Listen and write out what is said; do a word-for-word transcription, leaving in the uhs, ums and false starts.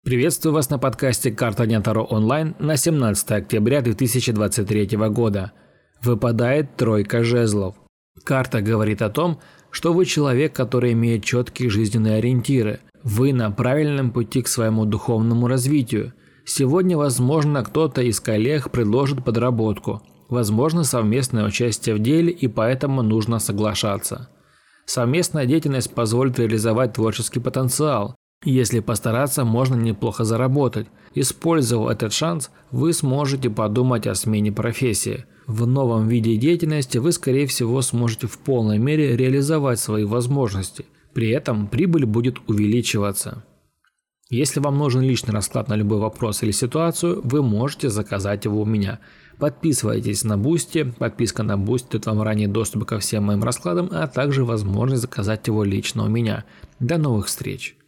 Приветствую вас на подкасте «Карта Дня Таро онлайн» на семнадцатое октября две тысячи двадцать третьего года. Выпадает тройка жезлов. Карта говорит о том, что вы человек, который имеет четкие жизненные ориентиры. Вы на правильном пути к своему духовному развитию. Сегодня, возможно, кто-то из коллег предложит подработку. Возможно, совместное участие в деле, и поэтому нужно соглашаться. Совместная деятельность позволит реализовать творческий потенциал. Если постараться, можно неплохо заработать. Используя этот шанс, вы сможете подумать о смене профессии. В новом виде деятельности вы, скорее всего, сможете в полной мере реализовать свои возможности. При этом прибыль будет увеличиваться. Если вам нужен личный расклад на любой вопрос или ситуацию, вы можете заказать его у меня. Подписывайтесь на Boosty. Подписка на Boosty дает вам ранний доступ ко всем моим раскладам, а также возможность заказать его лично у меня. До новых встреч!